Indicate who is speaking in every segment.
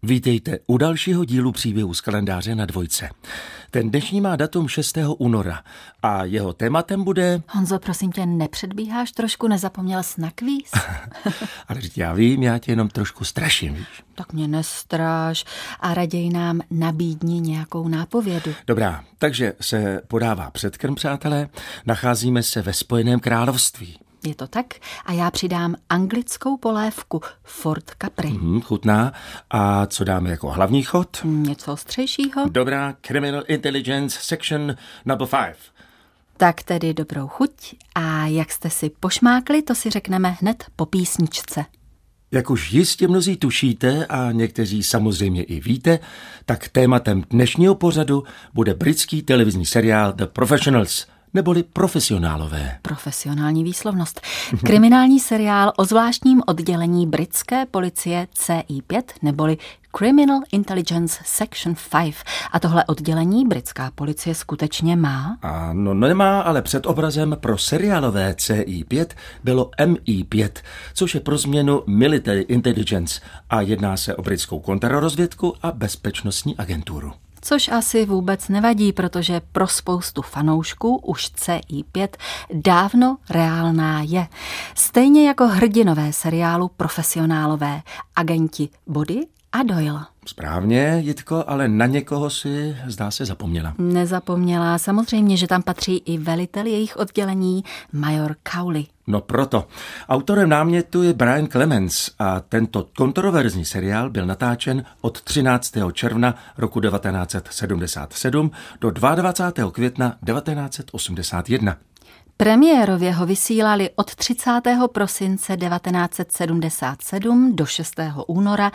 Speaker 1: Vítejte u dalšího dílu příběhu z kalendáře na dvojce. Ten dnešní má datum 6. února a jeho tématem bude...
Speaker 2: Honzo, prosím tě, nepředbíháš trošku, nezapomněl jsi na kvíz?
Speaker 1: Ale já vím, já tě jenom trošku straším, víš.
Speaker 2: Tak mě nestráš a raději nám nabídni nějakou nápovědu.
Speaker 1: Dobrá, takže se podává předkrm, přátelé. Nacházíme se ve Spojeném království.
Speaker 2: Je to tak? A já přidám anglickou polévku Fort Capri.
Speaker 1: Chutná. A co dáme jako hlavní chod?
Speaker 2: Něco ostřejšího?
Speaker 1: Dobrá, Criminal Intelligence Section number 5.
Speaker 2: Tak tedy dobrou chuť. A jak jste si pošmákli, to si řekneme hned po písničce.
Speaker 1: Jak už jistě mnozí tušíte a někteří samozřejmě i víte, tak tématem dnešního pořadu bude britský televizní seriál The Professionals, neboli Profesionálové.
Speaker 2: Profesionální výslovnost. Kriminální seriál o zvláštním oddělení britské policie CI5, neboli Criminal Intelligence Section 5. A tohle oddělení britská policie skutečně má?
Speaker 1: No nemá, ale před obrazem pro seriálové CI5 bylo MI5, což je pro změnu Military Intelligence a jedná se o britskou kontrarozvědku a bezpečnostní agenturu.
Speaker 2: Což asi vůbec nevadí, protože pro spoustu fanoušků už CI5 dávno reálná je. Stejně jako hrdinové seriálu Profesionálové, agenti Body a Doyle.
Speaker 1: Správně, Jitko, ale na někoho si, zdá se, zapomněla.
Speaker 2: Nezapomněla, samozřejmě, že tam patří i velitel jejich oddělení, major Cowley.
Speaker 1: No proto. Autorem námětu je Brian Clemens a tento kontroverzní seriál byl natáčen od 13. června roku 1977 do 22. května 1981.
Speaker 2: Premiérově ho vysílali od 30. prosince 1977 do 6. února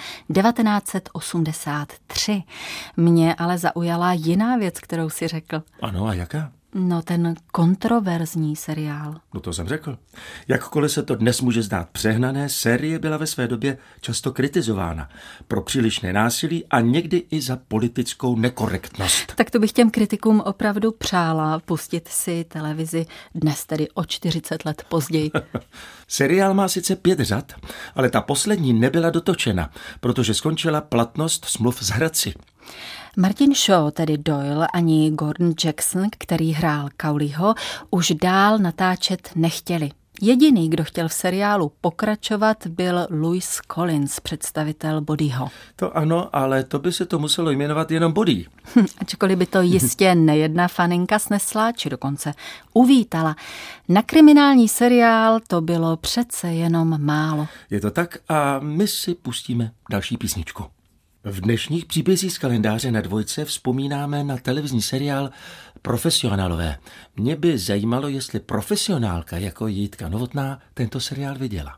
Speaker 2: 1983. Mě ale zaujala jiná věc, kterou si řekl.
Speaker 1: Ano, a jaká?
Speaker 2: No ten kontroverzní seriál.
Speaker 1: No to jsem řekl. Jakkoliv se to dnes může zdát přehnané, série byla ve své době často kritizována pro přílišné násilí a někdy i za politickou nekorektnost.
Speaker 2: Tak to bych těm kritikům opravdu přála pustit si televizi dnes tedy o 40 let později.
Speaker 1: Seriál má sice 5 řad, ale ta poslední nebyla dotočena, protože skončila platnost smluv s herci.
Speaker 2: Martin Shaw, tedy Doyle, ani Gordon Jackson, který hrál Cowleyho, už dál natáčet nechtěli. Jediný, kdo chtěl v seriálu pokračovat, byl Louis Collins, představitel Bodyho.
Speaker 1: To ano, ale to by se to muselo jmenovat jenom Body.
Speaker 2: Ačkoliv by to jistě nejedna faninka snesla, či dokonce uvítala. Na kriminální seriál to bylo přece jenom málo.
Speaker 1: Je to tak a my si pustíme další písničku. V dnešních příbězích z kalendáře na dvojce vzpomínáme na televizní seriál Profesionálové. Mě by zajímalo, jestli profesionálka jako Jitka Novotná tento seriál viděla.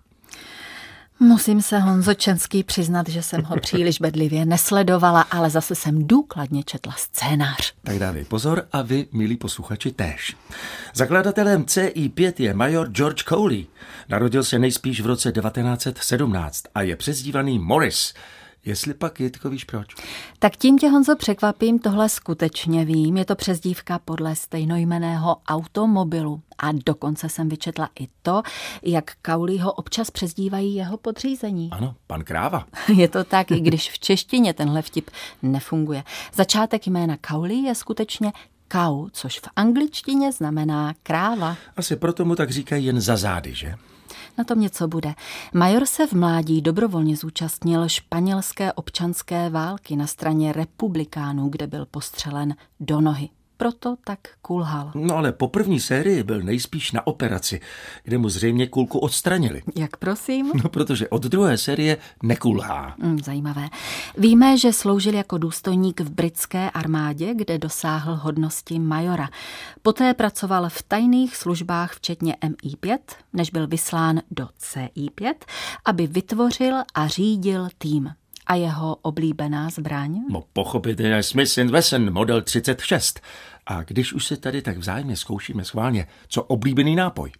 Speaker 2: Musím se, Honzo Čenský, přiznat, že jsem ho příliš bedlivě nesledovala, ale zase jsem důkladně četla scénář.
Speaker 1: Tak dávej pozor a vy, milí posluchači, též. Zakladatelem CI5 je major George Cowley. Narodil se nejspíš v roce 1917 a je přezdívaný Morris. Jestli pak, Jitko, víš proč?
Speaker 2: Tak tím tě, Honzo, překvapím, tohle skutečně vím. Je to přezdívka podle stejnojmenného automobilu. A dokonce jsem vyčetla i to, jak Cowleyho občas přezdívají jeho podřízení.
Speaker 1: Ano, pan Kráva.
Speaker 2: Je to tak, i když v češtině tenhle vtip nefunguje. Začátek jména Cowley je skutečně cow, což v angličtině znamená kráva.
Speaker 1: Asi proto mu tak říkají jen za zády, že?
Speaker 2: Na tom něco bude. Major se v mládí dobrovolně zúčastnil španělské občanské války na straně republikánů, kde byl postřelen do nohy. Proto tak kulhal.
Speaker 1: No ale po první sérii byl nejspíš na operaci, kde mu zřejmě kulku odstranili.
Speaker 2: Jak prosím?
Speaker 1: No protože od druhé série nekulhá.
Speaker 2: Zajímavé. Víme, že sloužil jako důstojník v britské armádě, kde dosáhl hodnosti majora. Poté pracoval v tajných službách včetně MI5, než byl vyslán do CI5, aby vytvořil a řídil tým. A jeho oblíbená zbraň?
Speaker 1: No pochopitelně Smith & Wesson model 36. A když už se tady tak vzájemně zkoušíme schválně, co oblíbený nápoj?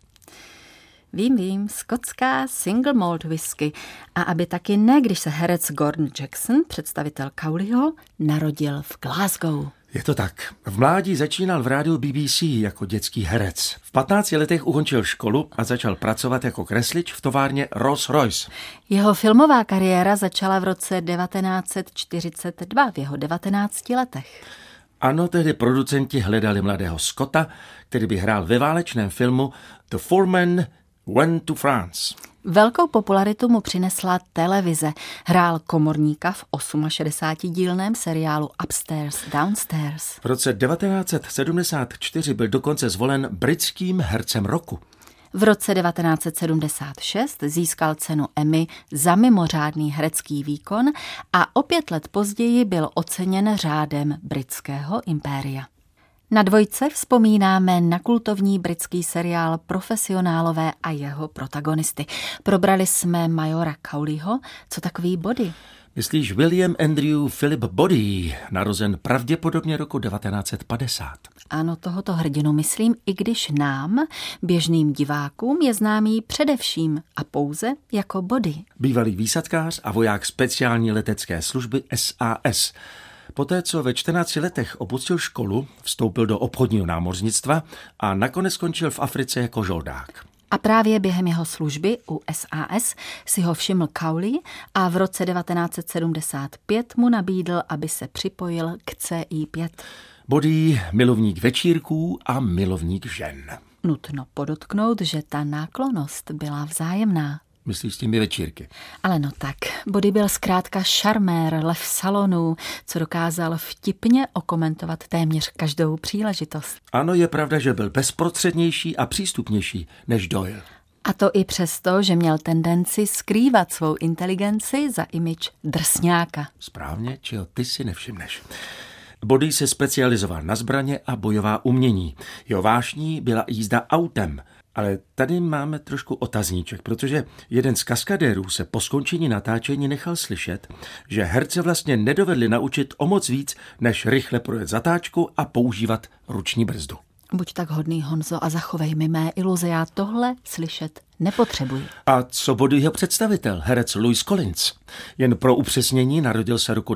Speaker 2: Vím, skotská single malt whisky. A aby taky ne, když se herec Gordon Jackson, představitel Cowleyho, narodil v Glasgow.
Speaker 1: Je to tak. V mládí začínal v rádiu BBC jako dětský herec. V 15 letech ukončil školu a začal pracovat jako kreslič v továrně Rolls-Royce.
Speaker 2: Jeho filmová kariéra začala v roce 1942, v jeho 19 letech.
Speaker 1: Ano, tehdy producenti hledali mladého Scotta, který by hrál ve válečném filmu The Foreman Went to France.
Speaker 2: Velkou popularitu mu přinesla televize. Hrál komorníka v 68dílném seriálu Upstairs, Downstairs.
Speaker 1: V roce 1974 byl dokonce zvolen britským hercem roku.
Speaker 2: V roce 1976 získal cenu Emmy za mimořádný herecký výkon a o 5 let později byl oceněn řádem britského impéria. Na Dvojce vzpomínáme na kultovní britský seriál Profesionálové a jeho protagonisty. Probrali jsme majora Cowleyho, co takový Body.
Speaker 1: Myslíš William Andrew Philip Body, narozen pravděpodobně roku 1950.
Speaker 2: Ano, tohoto hrdinu myslím, i když nám, běžným divákům, je známý především a pouze jako Body.
Speaker 1: Bývalý výsadkář a voják speciální letecké služby SAS. Poté, co ve 14 letech opustil školu, vstoupil do obchodního námořnictva a nakonec skončil v Africe jako žoldák.
Speaker 2: A právě během jeho služby u SAS si ho všiml Cowley a v roce 1975 mu nabídl, aby se připojil k CI5.
Speaker 1: Body, milovník večírků a milovník žen.
Speaker 2: Nutno podotknout, že ta náklonnost byla vzájemná.
Speaker 1: Myslíš s těmi večírky?
Speaker 2: Ale no tak, Body byl zkrátka šarmér, lev salonů, co dokázal vtipně okomentovat téměř každou příležitost.
Speaker 1: Ano, je pravda, že byl bezprostřednější a přístupnější než Doyle.
Speaker 2: A to i přesto, že měl tendenci skrývat svou inteligenci za image drsňáka.
Speaker 1: Správně, čeho ty si nevšimneš. Body se specializoval na zbraně a bojová umění. Jeho vášní byla jízda autem. Ale tady máme trošku otazníček, protože jeden z kaskadérů se po skončení natáčení nechal slyšet, že herce vlastně nedovedli naučit o moc víc, než rychle projet zatáčku a používat ruční brzdu.
Speaker 2: Buď tak hodný, Honzo, a zachovej mi mé iluze, já tohle slyšet nepotřebuji.
Speaker 1: A co Bodyho představitel, herec Louis Collins? Jen pro upřesnění, narodil se roku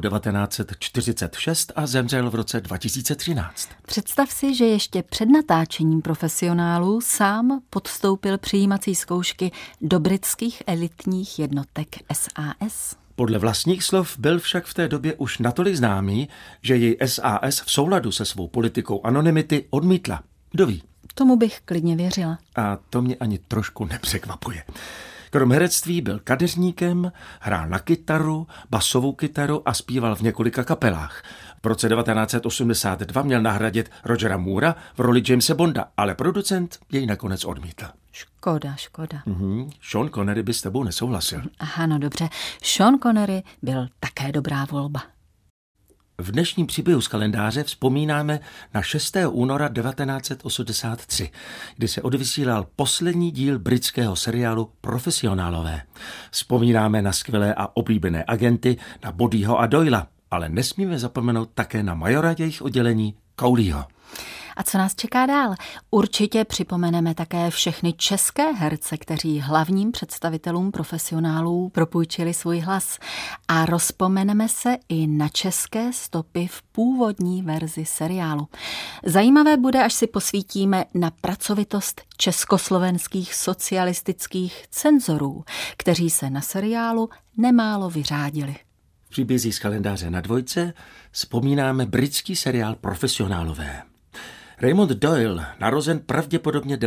Speaker 1: 1946 a zemřel v roce 2013.
Speaker 2: Představ si, že ještě před natáčením Profesionálů sám podstoupil přijímací zkoušky do britských elitních jednotek SAS.
Speaker 1: Podle vlastních slov byl však v té době už natolik známý, že jej SAS v souladu se svou politikou anonymity odmítla. Kdo ví?
Speaker 2: Tomu bych klidně věřila.
Speaker 1: A to mě ani trošku nepřekvapuje. Krom herectví byl kadeřníkem, hrál na kytaru, basovou kytaru a zpíval v několika kapelách. V roce 1982 měl nahradit Rogera Moora v roli Jamese Bonda, ale producent jej nakonec odmítl.
Speaker 2: Škoda.
Speaker 1: Sean Connery by s tebou nesouhlasil.
Speaker 2: Aha, no dobře. Sean Connery byl také dobrá volba.
Speaker 1: V dnešním příběhu z kalendáře vzpomínáme na 6. února 1983, kdy se odvysílal poslední díl britského seriálu Profesionálové. Vzpomínáme na skvělé a oblíbené agenty, na Bodyho a Doyla, ale nesmíme zapomenout také na majora jejich oddělení Cowleyho.
Speaker 2: A co nás čeká dál? Určitě připomeneme také všechny české herce, kteří hlavním představitelům Profesionálů propůjčili svůj hlas. A rozpomeneme se i na české stopy v původní verzi seriálu. Zajímavé bude, až si posvítíme na pracovitost československých socialistických cenzorů, kteří se na seriálu nemálo vyřádili.
Speaker 1: V příbězích z kalendáře na Dvojce vzpomínáme britský seriál Profesionálové. Raymond Doyle, narozen pravděpodobně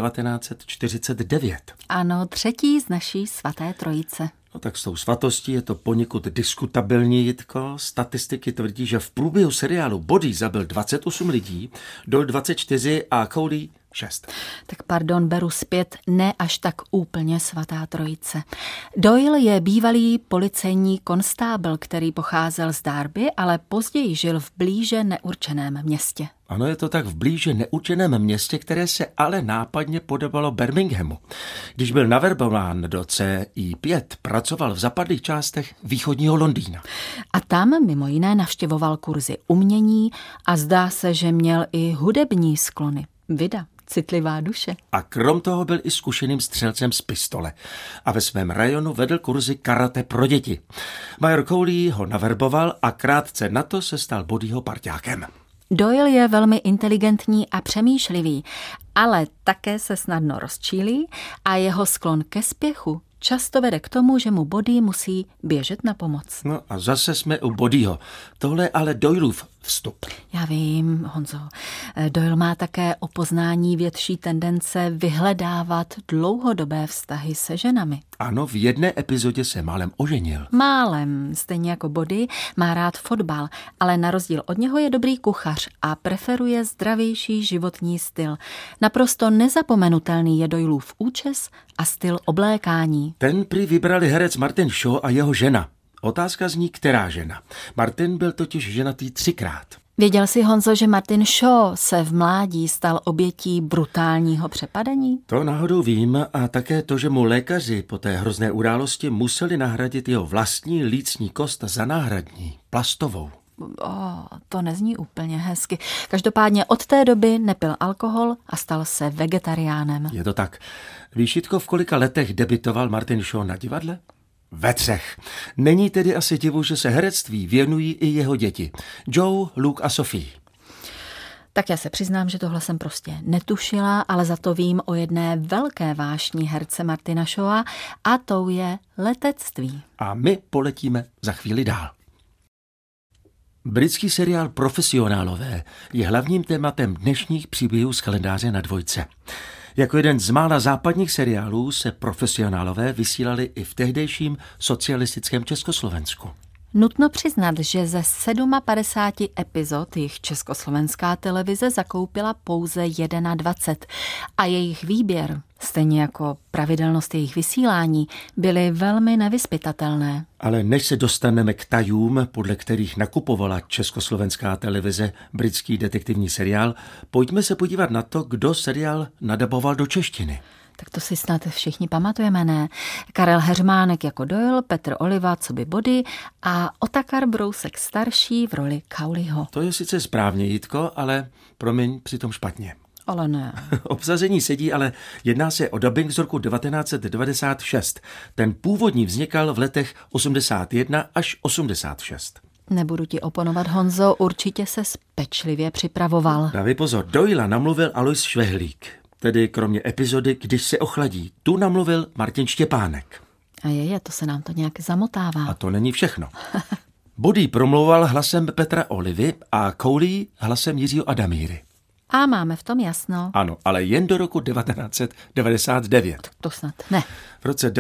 Speaker 1: 1949.
Speaker 2: Ano, třetí z naší svaté trojice.
Speaker 1: No tak s tou svatostí je to poněkud diskutabilní, Jitko. Statistiky tvrdí, že v průběhu seriálu Body zabil 28 lidí, Doyle 24 a Cowley 6.
Speaker 2: Tak pardon, beru zpět, ne až tak úplně svatá trojice. Doyle je bývalý policejní konstábl, který pocházel z Derby, ale později žil v blíže neurčeném městě.
Speaker 1: Ano, je to tak, v blíže neurčeném městě, které se ale nápadně podobalo Birminghamu. Když byl naverbován do CI5, pracoval v zapadlých částech východního Londýna.
Speaker 2: A tam mimo jiné navštěvoval kurzy umění a zdá se, že měl i hudební sklony. Vida, citlivá duše.
Speaker 1: A krom toho byl i zkušeným střelcem z pistole. A ve svém rajonu vedl kurzy karate pro děti. Major Cowley ho naverboval a krátce na to se stal Bodyho parťákem.
Speaker 2: Doyle je velmi inteligentní a přemýšlivý, ale také se snadno rozčílí a jeho sklon ke spěchu často vede k tomu, že mu Body musí běžet na pomoc.
Speaker 1: No a zase jsme u Bodyho. Tohle je ale Doylův vstup.
Speaker 2: Já vím, Honzo. Doyle má také o poznání větší tendence vyhledávat dlouhodobé vztahy se ženami.
Speaker 1: Ano, v jedné epizodě se málem oženil.
Speaker 2: Málem, stejně jako Body, má rád fotbal, ale na rozdíl od něho je dobrý kuchař a preferuje zdravější životní styl. Naprosto nezapomenutelný je Doylův účes a styl oblékání.
Speaker 1: Ten prý vybrali herec Martin Shaw a jeho žena. Otázka zní, která žena. Martin byl totiž ženatý 3krát.
Speaker 2: Věděl jsi, Honzo, že Martin Shaw se v mládí stal obětí brutálního přepadení?
Speaker 1: To náhodou vím a také to, že mu lékaři po té hrozné události museli nahradit jeho vlastní lícní kost za náhradní, plastovou.
Speaker 2: To nezní úplně hezky. Každopádně od té doby nepil alkohol a stal se vegetariánem.
Speaker 1: Je to tak. Víš, Jitko, v kolika letech debitoval Martin Shaw na divadle? Ve 3. Není tedy asi divu, že se herectví věnují i jeho děti. Joe, Luke a Sophie.
Speaker 2: Tak já se přiznám, že tohle jsem prostě netušila, ale za to vím o jedné velké vášni herce Martina Shawa a tou je letectví.
Speaker 1: A my poletíme za chvíli dál. Britský seriál Profesionálové je hlavním tématem dnešních příběhů z kalendáře na Dvojce. Jako jeden z mála západních seriálů se Profesionálové vysílali i v tehdejším socialistickém Československu.
Speaker 2: Nutno přiznat, že ze 57 epizod jich československá televize zakoupila pouze 21 a jejich výběr, stejně jako pravidelnost jejich vysílání, byly velmi nevyzpytatelné.
Speaker 1: Ale než se dostaneme k tajům, podle kterých nakupovala československá televize britský detektivní seriál, pojďme se podívat na to, kdo seriál nadaboval do češtiny.
Speaker 2: Tak to si snad všichni pamatujeme, ne? Karel Heřmánek jako Doyle, Petr Oliva coby Body a Otakar Brousek starší v roli Cowleyho.
Speaker 1: To je sice správně, Jitko, ale promiň, přitom špatně.
Speaker 2: Ale ne.
Speaker 1: Obsazení sedí, ale jedná se o dabing z roku 1996. Ten původní vznikal v letech 81 až 86.
Speaker 2: Nebudu ti oponovat, Honzo, určitě se pečlivě připravoval.
Speaker 1: Dávej pozor, Doyla namluvil Alois Švehlík. Tedy kromě epizody Když se ochladí, tu namluvil Martin Štěpánek.
Speaker 2: A to se nám to nějak zamotává.
Speaker 1: A to není všechno. Body promlouval hlasem Petra Olivy a Cowley hlasem Jiřího Adamíry.
Speaker 2: A máme v tom jasno.
Speaker 1: Ano, ale jen do roku 1999.
Speaker 2: To snad ne.
Speaker 1: V roce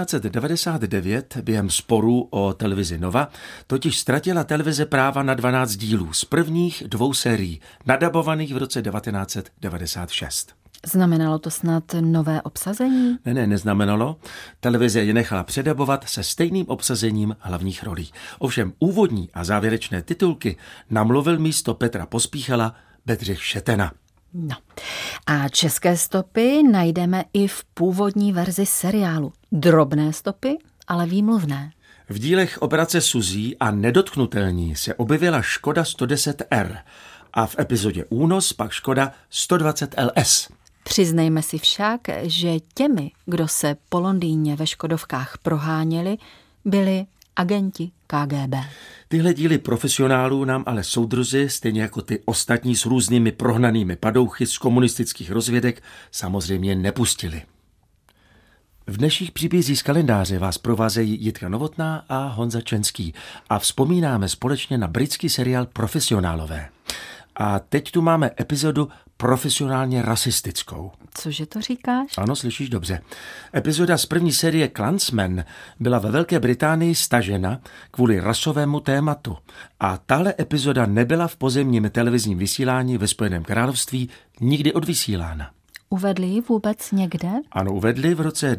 Speaker 1: 1999 během sporů o televizi Nova totiž ztratila televize práva na 12 dílů z prvních 2 sérií, nadabovaných v roce 1996.
Speaker 2: Znamenalo to snad nové obsazení?
Speaker 1: Ne, neznamenalo. Televize je nechala předabovat se stejným obsazením hlavních rolí. Ovšem úvodní a závěrečné titulky namluvil místo Petra Pospíchala Bedřich Šetena.
Speaker 2: No. A české stopy najdeme i v původní verzi seriálu. Drobné stopy, ale výmluvné.
Speaker 1: V dílech Operace Suzy a Nedotknutelní se objevila Škoda 110R a v epizodě Únos pak Škoda 120 LS.
Speaker 2: Přiznejme si však, že těmi, kdo se po Londýně ve Škodovkách proháněli, byli agenti KGB.
Speaker 1: Tyhle díly Profesionálů nám ale soudruzi, stejně jako ty ostatní s různými prohnanými padouchy z komunistických rozvědek, samozřejmě nepustili. V dnešních příbězích z kalendáře vás provázejí Jitka Novotná a Honza Čenský a vzpomínáme společně na britský seriál Profesionálové. A teď tu máme epizodu profesionálně rasistickou.
Speaker 2: Cože to říkáš?
Speaker 1: Ano, slyšíš dobře. Epizoda z první série Klansman byla ve Velké Británii stažena kvůli rasovému tématu. A tahle epizoda nebyla v pozemním televizním vysílání ve Spojeném království nikdy odvysílána.
Speaker 2: Uvedli ji vůbec někde?
Speaker 1: Ano, uvedli. V roce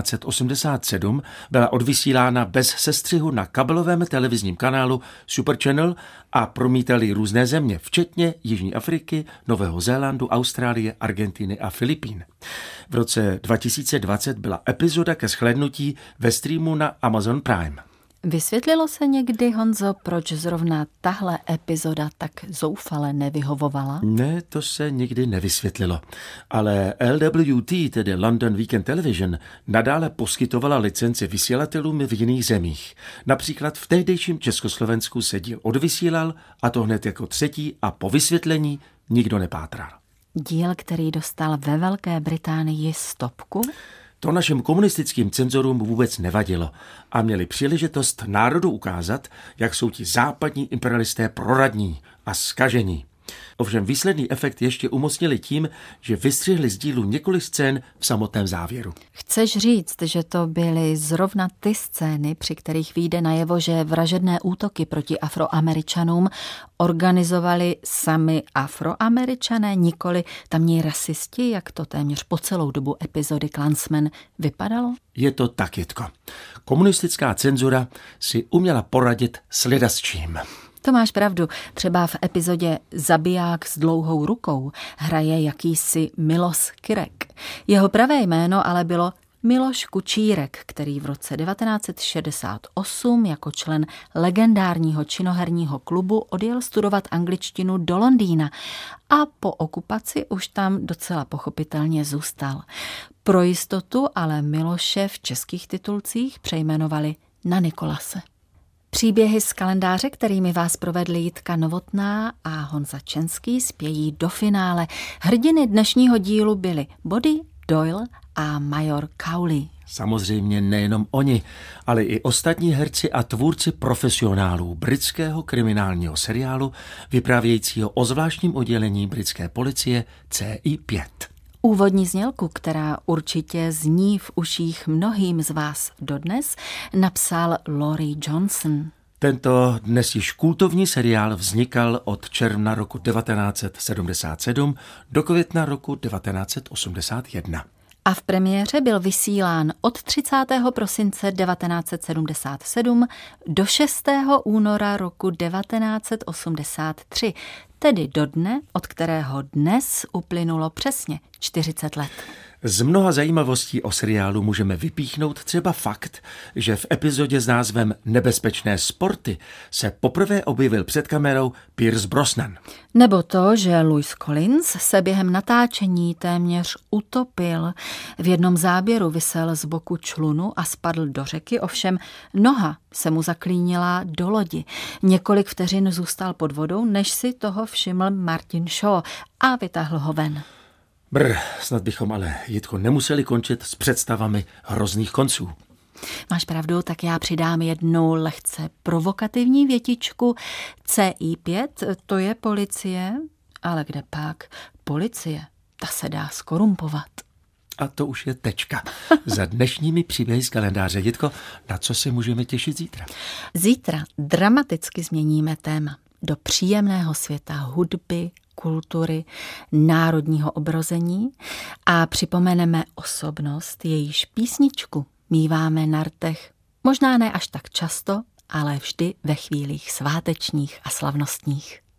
Speaker 1: 1987 byla odvysílána bez sestřihu na kabelovém televizním kanálu Super Channel a promítali různé země, včetně Jižní Afriky, Nového Zélandu, Austrálie, Argentiny a Filipín. V roce 2020 byla epizoda ke shlédnutí ve streamu na Amazon Prime.
Speaker 2: Vysvětlilo se někdy, Honzo, proč zrovna tahle epizoda tak zoufale nevyhovovala?
Speaker 1: Ne, to se nikdy nevysvětlilo. Ale LWT, tedy London Weekend Television, nadále poskytovala licenci vysílatelům v jiných zemích. Například v tehdejším Československu se díl odvysílal, a to hned jako třetí, a po vysvětlení nikdo nepátral.
Speaker 2: Díl, který dostal ve Velké Británii stopku?
Speaker 1: To našim komunistickým cenzorům vůbec nevadilo a měli příležitost národu ukázat, jak jsou ti západní imperialisté proradní a zkažení. Ovšem výsledný efekt ještě umocnili tím, že vystřihli z dílu několik scén v samotném závěru.
Speaker 2: Chceš říct, že to byly zrovna ty scény, při kterých vyjde najevo, že vražedné útoky proti Afroameričanům organizovali sami Afroameričané, nikoli tamní rasisti, jak to téměř po celou dobu epizody Klansman vypadalo?
Speaker 1: Je to tak, Jitko. Komunistická cenzura si uměla poradit s lidasčím.
Speaker 2: To máš pravdu. Třeba v epizodě Zabiják s dlouhou rukou hraje jakýsi Milos Kirek. Jeho pravé jméno ale bylo Miloš Kučírek, který v roce 1968 jako člen legendárního činoherního klubu odjel studovat angličtinu do Londýna a po okupaci už tam docela pochopitelně zůstal. Pro jistotu ale Miloše v českých titulcích přejmenovali na Nikolase. Příběhy z kalendáře, kterými vás provedli Jitka Novotná a Honza Čenský, spějí do finále. Hrdiny dnešního dílu byly Body, Doyle a major Cowley.
Speaker 1: Samozřejmě nejenom oni, ale i ostatní herci a tvůrci profesionálů britského kriminálního seriálu, vyprávějícího o zvláštním oddělení britské policie CI5.
Speaker 2: Úvodní znělku, která určitě zní v uších mnohým z vás dodnes, napsal Laurie Johnson.
Speaker 1: Tento dnes již kultovní seriál vznikal od června roku 1977 do května roku 1981.
Speaker 2: A v premiéře byl vysílán od 30. prosince 1977 do 6. února roku 1983, tedy do dne, od kterého dnes uplynulo přesně 40 let.
Speaker 1: Z mnoha zajímavostí o seriálu můžeme vypíchnout třeba fakt, že v epizodě s názvem Nebezpečné sporty se poprvé objevil před kamerou Pierce Brosnan.
Speaker 2: Nebo to, že Louis Collins se během natáčení téměř utopil. V jednom záběru visel z boku člunu a spadl do řeky, ovšem noha se mu zaklínila do lodi. Několik vteřin zůstal pod vodou, než si toho všiml Martin Shaw a vytáhl ho ven.
Speaker 1: Snad bychom ale, Jitko, nemuseli končit s představami hrozných konců.
Speaker 2: Máš pravdu, tak já přidám jednu lehce provokativní větičku. CI5, to je policie, ale kde pak? Policie, ta se dá skorumpovat.
Speaker 1: A to už je tečka. Za dnešními příběhy z kalendáře, Jitko, na co se můžeme těšit zítra?
Speaker 2: Zítra dramaticky změníme téma do příjemného světa hudby, kultury, národního obrození a připomeneme osobnost, jejíž písničku míváme na rtech, možná ne až tak často, ale vždy ve chvílích svátečních a slavnostních.